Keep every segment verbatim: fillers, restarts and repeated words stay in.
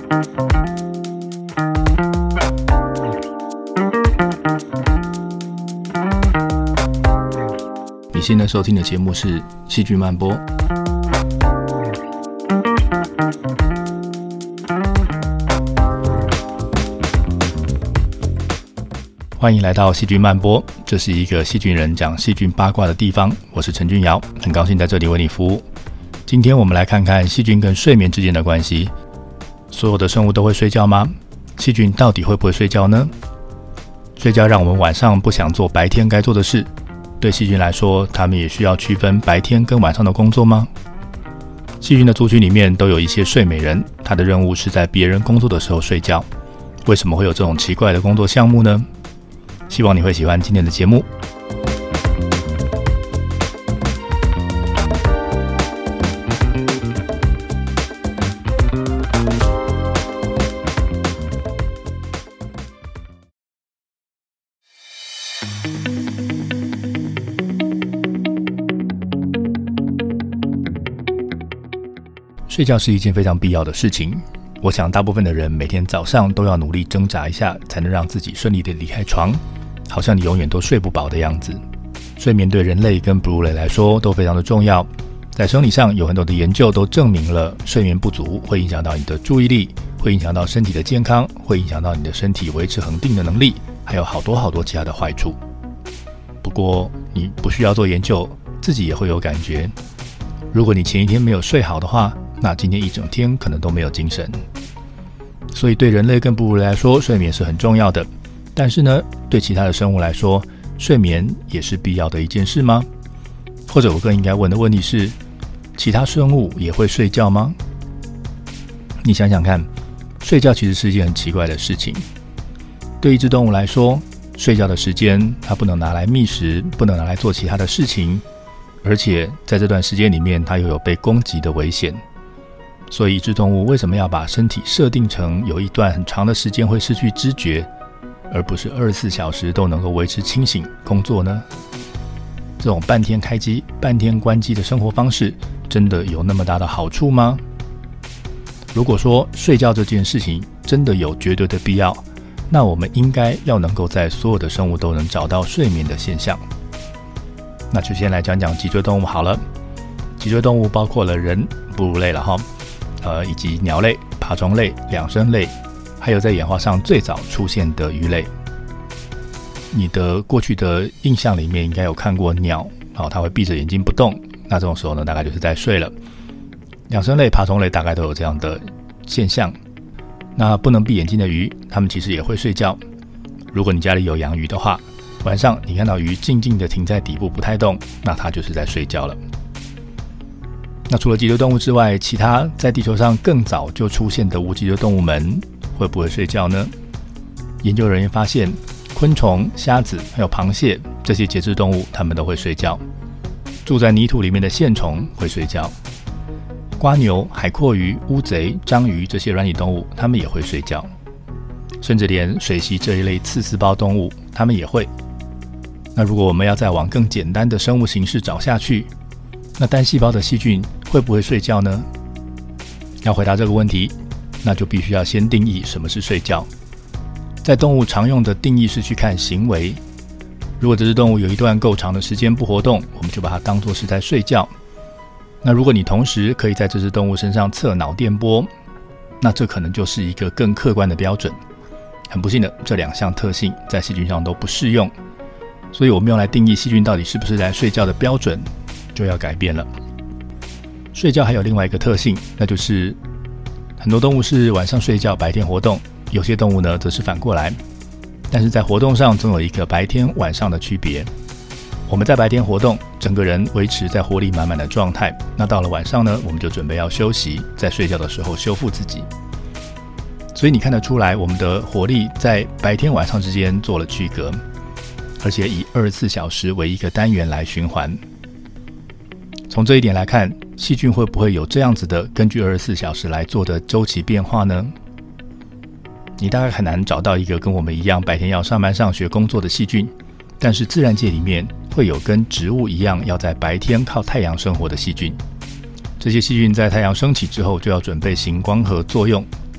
你现在收听的节目是细菌曼波。欢迎来到细菌曼波，这是一个细菌人讲细菌八卦的地方。我是陈君尧，很高兴在这里为你服务。今天我们来看看细菌跟睡眠之间的关系。所有的生物都会睡觉吗？细菌到底会不会睡觉呢？睡觉让我们晚上不想做白天该做的事。对细菌来说，它们也需要区分白天跟晚上的工作吗？细菌的族群里面都有一些睡美人，它的任务是在别人工作的时候睡觉。为什么会有这种奇怪的工作项目呢？希望你会喜欢今天的节目。睡觉是一件非常必要的事情，我想大部分的人每天早上都要努力挣扎一下，才能让自己顺利的离开床，好像你永远都睡不饱的样子。睡眠对人类跟哺乳类来说都非常的重要，在生理上有很多的研究都证明了睡眠不足会影响到你的注意力，会影响到身体的健康，会影响到你的身体维持恒定的能力，还有好多好多其他的坏处。不过你不需要做研究，自己也会有感觉。如果你前一天没有睡好的话，那今天一整天可能都没有精神。所以对人类跟哺乳类来说，睡眠是很重要的。但是呢，对其他的生物来说，睡眠也是必要的一件事吗？或者我更应该问的问题是，其他生物也会睡觉吗？你想想看，睡觉其实是一件很奇怪的事情。对一只动物来说，睡觉的时间它不能拿来觅食，不能拿来做其他的事情，而且在这段时间里面，它又有被攻击的危险。所以一只动物为什么要把身体设定成有一段很长的时间会失去知觉，而不是二十四小时都能够维持清醒工作呢？这种半天开机半天关机的生活方式真的有那么大的好处吗？如果说睡觉这件事情真的有绝对的必要，那我们应该要能够在所有的生物都能找到睡眠的现象。那就先来讲讲脊椎动物好了。脊椎动物包括了人、哺乳类了哈，呃，以及鸟类、爬虫类、两生类，还有在演化上最早出现的鱼类。你的过去的印象里面应该有看过鸟，哦，它会闭着眼睛不动，那这种时候呢，大概就是在睡了。两生类、爬虫类大概都有这样的现象。那不能闭眼睛的鱼，它们其实也会睡觉。如果你家里有养鱼的话，晚上你看到鱼静静的停在底部不太动，那它就是在睡觉了。那除了脊椎动物之外，其他在地球上更早就出现的无脊椎动物们会不会睡觉呢？研究人员发现，昆虫、虾子还有螃蟹这些节肢动物，它们都会睡觉。住在泥土里面的线虫会睡觉，蝸牛、海蛞蝓、乌贼、章鱼这些软体动物，它们也会睡觉。甚至连水螅这一类刺丝胞动物，它们也会。那如果我们要再往更简单的生物形式找下去，那单细胞的细菌会不会睡觉呢？要回答这个问题，那就必须要先定义什么是睡觉。在动物常用的定义是去看行为。如果这只动物有一段够长的时间不活动，我们就把它当作是在睡觉。那如果你同时可以在这只动物身上测脑电波，那这可能就是一个更客观的标准。很不幸的，这两项特性在细菌上都不适用，所以我们用来定义细菌到底是不是来睡觉的标准就要改变了。睡觉还有另外一个特性，那就是很多动物是晚上睡觉，白天活动，有些动物呢则是反过来。但是在活动上总有一个白天晚上的区别。我们在白天活动，整个人维持在活力满满的状态，那到了晚上呢，我们就准备要休息，在睡觉的时候修复自己。所以你看得出来，我们的活力在白天晚上之间做了区隔，而且以二十四小时为一个单元来循环。从这一点来看，细菌会不会有这样子的根据二十四小时来做的周期变化呢？你大概很难找到一个跟我们一样白天要上班上学工作的细菌，但是自然界里面会有跟植物一样要在白天靠太阳生活的细菌。这些细菌在太阳升起之后就要准备行光合作用，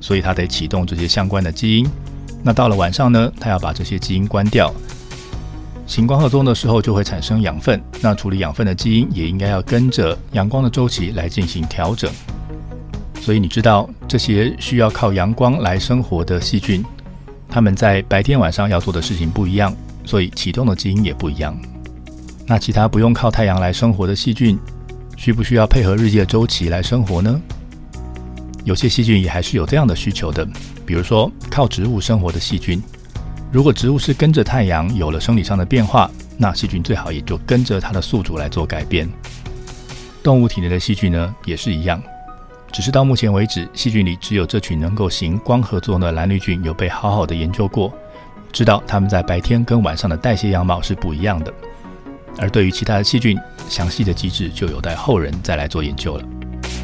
所以它得启动这些相关的基因。那到了晚上呢，它要把这些基因关掉。行光合作用的时候就会产生养分，那处理养分的基因也应该要跟着阳光的周期来进行调整。所以你知道这些需要靠阳光来生活的细菌，它们在白天晚上要做的事情不一样，所以启动的基因也不一样。那其他不用靠太阳来生活的细菌，需不需要配合日夜周期来生活呢？有些细菌也还是有这样的需求的，比如说靠植物生活的细菌。如果植物是跟着太阳有了生理上的变化，那细菌最好也就跟着它的宿主来做改变。动物体内的细菌呢，也是一样，只是到目前为止，细菌里只有这群能够行光合作用的蓝绿菌有被好好的研究过，知道它们在白天跟晚上的代谢样貌是不一样的。而对于其他的细菌，详细的机制就有待后人再来做研究了。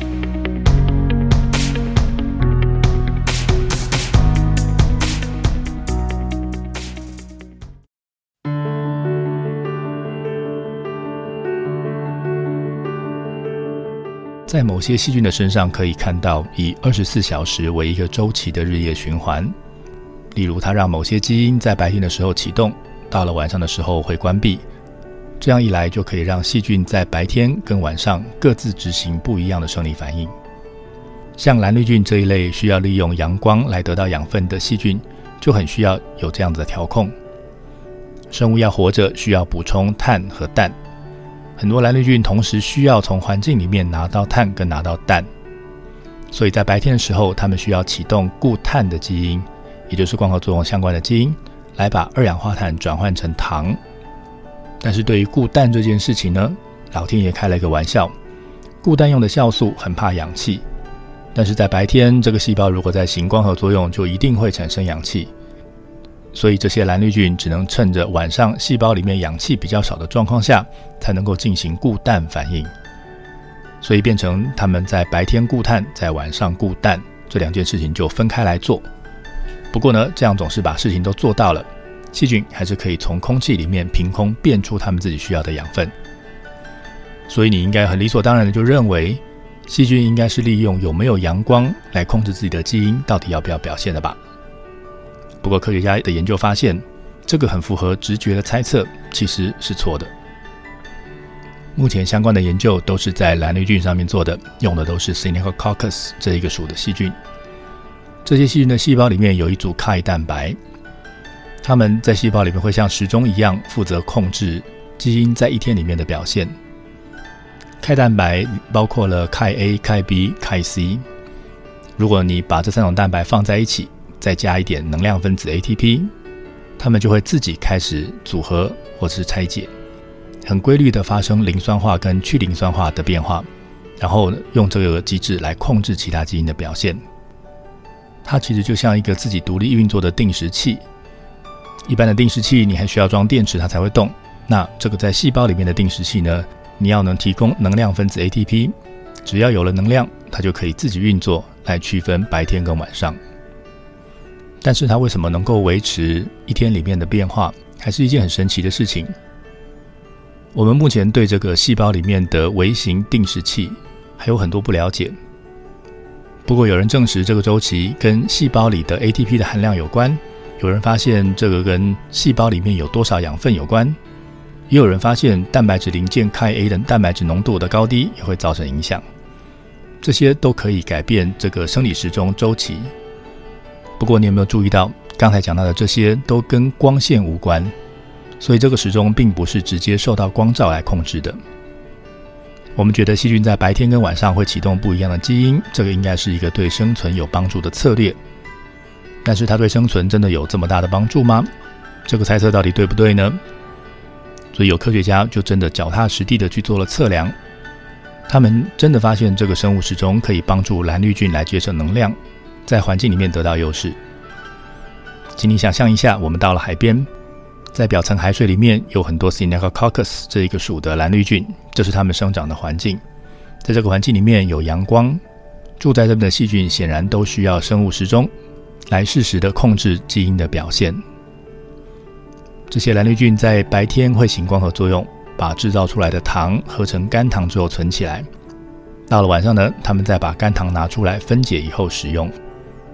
在某些细菌的身上可以看到以二十四小时为一个周期的日夜循环，例如它让某些基因在白天的时候启动，到了晚上的时候会关闭，这样一来就可以让细菌在白天跟晚上各自执行不一样的生理反应。像蓝绿菌这一类需要利用阳光来得到养分的细菌，就很需要有这样子的调控。生物要活着需要补充碳和氮，很多蓝绿菌同时需要从环境里面拿到碳跟拿到氮，所以在白天的时候，它们需要启动固碳的基因，也就是光合作用相关的基因，来把二氧化碳转换成糖。但是对于固氮这件事情呢，老天爷开了一个玩笑，固氮用的酵素很怕氧气，但是在白天这个细胞如果在行光合作用，就一定会产生氧气。所以这些蓝绿菌只能趁着晚上细胞里面氧气比较少的状况下，才能够进行固氮反应。所以变成他们在白天固碳，在晚上固氮，这两件事情就分开来做。不过呢，这样总是把事情都做到了，细菌还是可以从空气里面凭空变出他们自己需要的养分。所以你应该很理所当然的就认为，细菌应该是利用有没有阳光来控制自己的基因到底要不要表现的吧。不过科学家的研究发现，这个很符合直觉的猜测，其实是错的。目前相关的研究都是在蓝绿菌上面做的，用的都是 Synechococcus 这一个属的细菌。这些细菌的细胞里面有一组 Chi 蛋白，它们在细胞里面会像时钟一样，负责控制基因在一天里面的表现。Chi 蛋白包括了 Chi A、Chi B、Chi C。如果你把这三种蛋白放在一起，再加一点能量分子 A T P， 它们就会自己开始组合或是拆解，很规律的发生磷酸化跟去磷酸化的变化，然后用这个机制来控制其他基因的表现。它其实就像一个自己独立运作的定时器。一般的定时器你还需要装电池它才会动，那这个在细胞里面的定时器呢，你要能提供能量分子 A T P， 只要有了能量，它就可以自己运作来区分白天跟晚上。但是它为什么能够维持一天里面的变化，还是一件很神奇的事情。我们目前对这个细胞里面的微型定时器还有很多不了解。不过有人证实这个周期跟细胞里的 A T P 的含量有关，有人发现这个跟细胞里面有多少养分有关，也有人发现蛋白质零件 Chi A 的蛋白质浓度的高低也会造成影响。这些都可以改变这个生理时钟周期。不过你有没有注意到，刚才讲到的这些都跟光线无关，所以这个时钟并不是直接受到光照来控制的。我们觉得细菌在白天跟晚上会启动不一样的基因，这个应该是一个对生存有帮助的策略。但是它对生存真的有这么大的帮助吗？这个猜测到底对不对呢？所以有科学家就真的脚踏实地的去做了测量，他们真的发现这个生物时钟可以帮助蓝绿菌来节省能量，在环境里面得到优势。请你想象一下，我们到了海边，在表层海水里面有很多 Synechococcus 这一个属的蓝绿菌，这是它们生长的环境。在这个环境里面有阳光，住在这边的细菌显然都需要生物时钟来适时的控制基因的表现。这些蓝绿菌在白天会行光合作用，把制造出来的糖合成肝糖之后存起来。到了晚上呢，他们再把肝糖拿出来分解以后使用。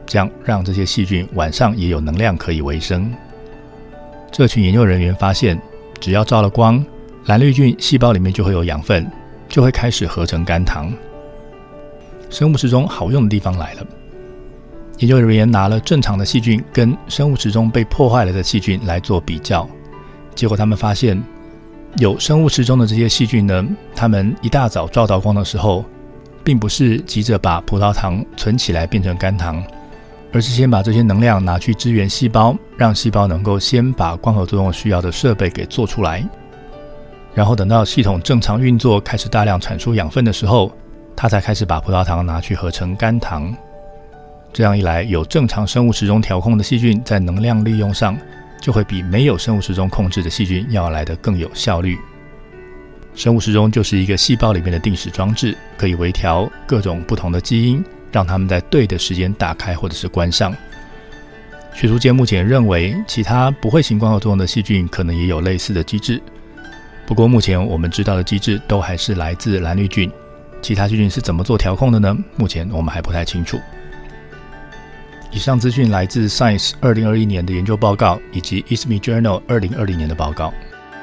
这样让这些细菌晚上也有能量可以维生。这群研究人员发现，只要照了光，蓝绿菌细胞里面就会有养分，就会开始合成肝糖。生物时钟好用的地方来了。研究人员拿了正常的细菌跟生物时钟被破坏了的细菌来做比较，结果他们发现，有生物时钟的这些细菌呢，他们一大早照到光的时候，并不是急着把葡萄糖存起来变成肝糖，而是先把这些能量拿去支援细胞，让细胞能够先把光合作用需要的设备给做出来，然后等到系统正常运作，开始大量产出养分的时候，它才开始把葡萄糖拿去合成肝糖。这样一来，有正常生物时钟调控的细菌在能量利用上，就会比没有生物时钟控制的细菌要来得更有效率。生物时钟就是一个细胞里面的定时装置，可以微调各种不同的基因，让它们在对的时间打开或者是关上。学术界目前认为，其他不会行光合作用的细菌可能也有类似的机制，不过目前我们知道的机制都还是来自蓝绿菌，其他细菌是怎么做调控的呢？目前我们还不太清楚。以上资讯来自 Science 二零二一年的研究报告，以及 I S M E Journal 二零二零年的报告。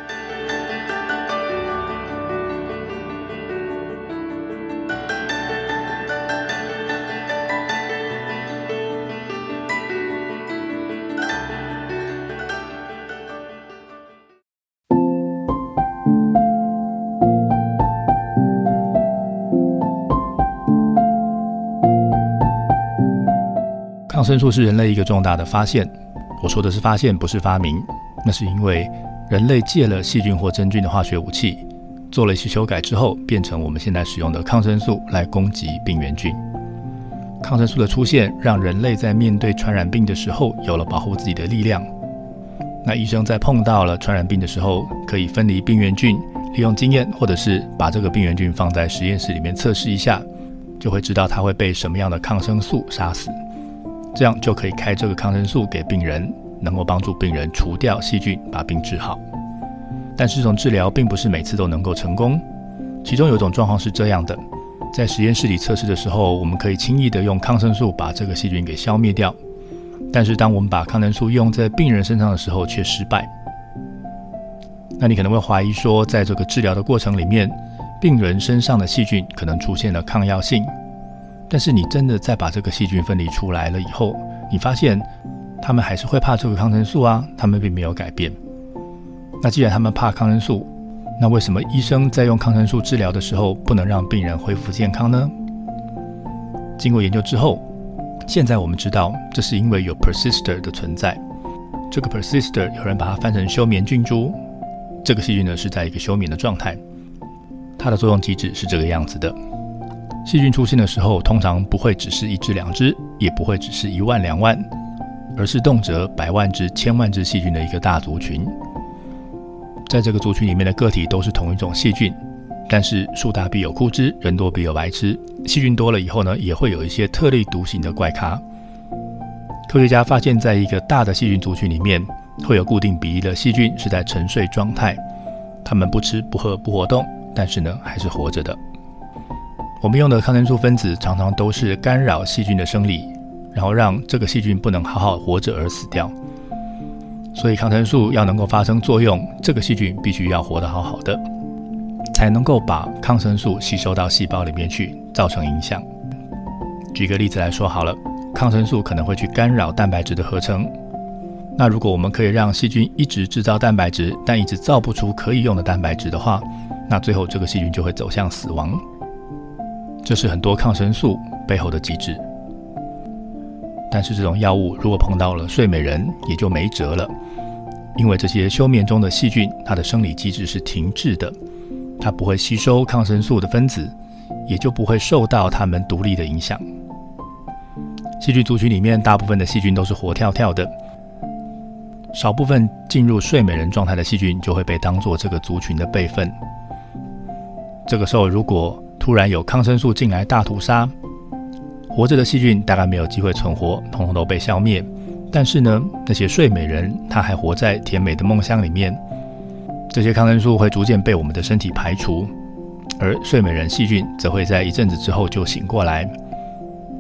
抗生素是人类一个重大的发现，我说的是发现，不是发明。那是因为人类借了细菌或真菌的化学武器，做了一些修改之后，变成我们现在使用的抗生素来攻击病原菌。抗生素的出现，让人类在面对传染病的时候有了保护自己的力量。那医生在碰到了传染病的时候，可以分离病原菌，利用经验，或者是把这个病原菌放在实验室里面测试一下，就会知道它会被什么样的抗生素杀死。这样就可以开这个抗生素给病人，能够帮助病人除掉细菌，把病治好。但是这种治疗并不是每次都能够成功，其中有一种状况是这样的，在实验室里测试的时候，我们可以轻易的用抗生素把这个细菌给消灭掉，但是当我们把抗生素用在病人身上的时候却失败。那你可能会怀疑说，在这个治疗的过程里面，病人身上的细菌可能出现了抗药性，但是你真的在把这个细菌分离出来了以后，你发现他们还是会怕这个抗生素啊，他们并没有改变。那既然他们怕抗生素，那为什么医生在用抗生素治疗的时候不能让病人恢复健康呢？经过研究之后，现在我们知道这是因为有 persister 的存在。这个 persister 有人把它翻成休眠菌株，这个细菌呢是在一个休眠的状态，它的作用机制是这个样子的。细菌出现的时候，通常不会只是一只两只，也不会只是一万两万，而是动辄百万只千万只细菌的一个大族群。在这个族群里面的个体都是同一种细菌，但是树大必有枯枝，人多必有白痴，细菌多了以后呢，也会有一些特立独行的怪咖。科学家发现，在一个大的细菌族群里面，会有固定比例的细菌是在沉睡状态，它们不吃不喝不活动，但是呢还是活着的。我们用的抗生素分子常常都是干扰细菌的生理，然后让这个细菌不能好好活着而死掉。所以抗生素要能够发生作用，这个细菌必须要活得好好的，才能够把抗生素吸收到细胞里面去，造成影响。举个例子来说好了，抗生素可能会去干扰蛋白质的合成。那如果我们可以让细菌一直制造蛋白质，但一直造不出可以用的蛋白质的话，那最后这个细菌就会走向死亡。这是很多抗生素背后的机制。但是这种药物如果碰到了睡美人，也就没辙了，因为这些休眠中的细菌，它的生理机制是停滞的，它不会吸收抗生素的分子，也就不会受到它们独立的影响。细菌族群里面大部分的细菌都是活跳跳的，少部分进入睡美人状态的细菌就会被当作这个族群的备份。这个时候如果突然有抗生素进来大屠杀，活着的细菌大概没有机会存活，统统都被消灭。但是呢，那些睡美人它还活在甜美的梦乡里面，这些抗生素会逐渐被我们的身体排除，而睡美人细菌则会在一阵子之后就醒过来。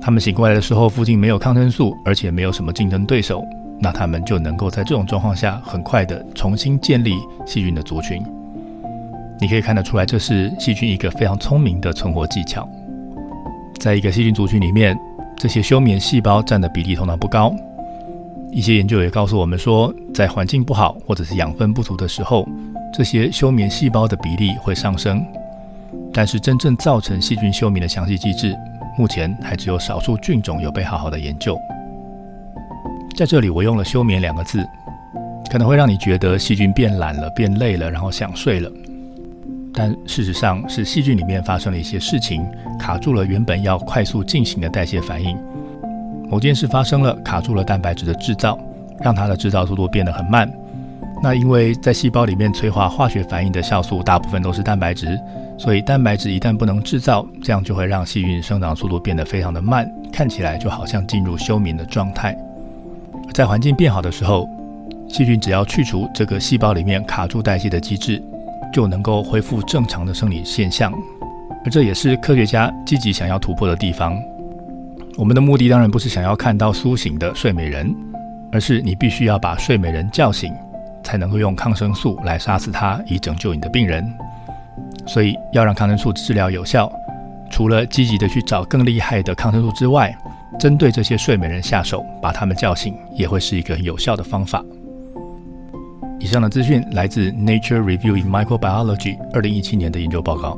他们醒过来的时候，附近没有抗生素，而且没有什么竞争对手，那他们就能够在这种状况下很快的重新建立细菌的族群。你可以看得出来，这是细菌一个非常聪明的存活技巧。在一个细菌族群里面，这些休眠细胞占的比例通常不高。一些研究也告诉我们说，在环境不好或者是养分不足的时候，这些休眠细胞的比例会上升。但是真正造成细菌休眠的详细机制，目前还只有少数菌种有被好好的研究。在这里我用了休眠两个字，可能会让你觉得细菌变懒了、变累了，然后想睡了。但事实上是细菌里面发生了一些事情，卡住了原本要快速进行的代谢反应。某件事发生了，卡住了蛋白质的制造，让它的制造速度变得很慢。那因为在细胞里面催化化学反应的酵素大部分都是蛋白质，所以蛋白质一旦不能制造，这样就会让细菌生长速度变得非常的慢，看起来就好像进入休眠的状态。在环境变好的时候，细菌只要去除这个细胞里面卡住代谢的机制，就能够恢复正常的生理现象。而这也是科学家积极想要突破的地方。我们的目的当然不是想要看到苏醒的睡美人，而是你必须要把睡美人叫醒，才能够用抗生素来杀死它，以拯救你的病人。所以要让抗生素治疗有效，除了积极的去找更厉害的抗生素之外，针对这些睡美人下手，把他们叫醒，也会是一个很有效的方法。以上的资讯来自 Nature Review in Microbiology 二零一七年的研究报告。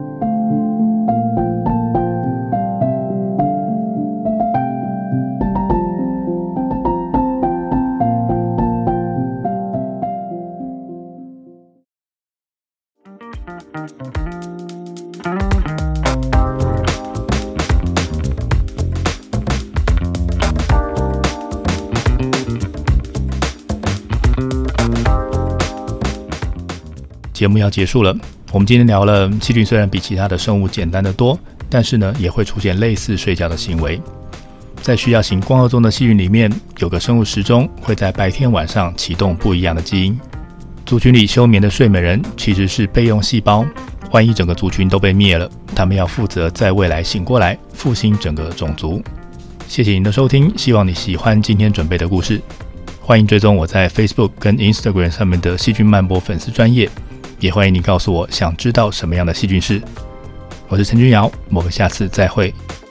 节目要结束了，我们今天聊了细菌虽然比其他的生物简单得多，但是呢也会出现类似睡觉的行为。在需要行光合作用的细菌里面，有个生物时钟会在白天晚上启动不一样的基因。族群里休眠的睡美人其实是备用细胞，万一整个族群都被灭了，他们要负责在未来醒过来，复兴整个种族。谢谢您的收听，希望你喜欢今天准备的故事。欢迎追踪我在 Facebook 跟 Instagram 上面的细菌漫播粉丝专页，也欢迎你告诉我想知道什么样的细菌事。我是陈君尧，我们下次再会。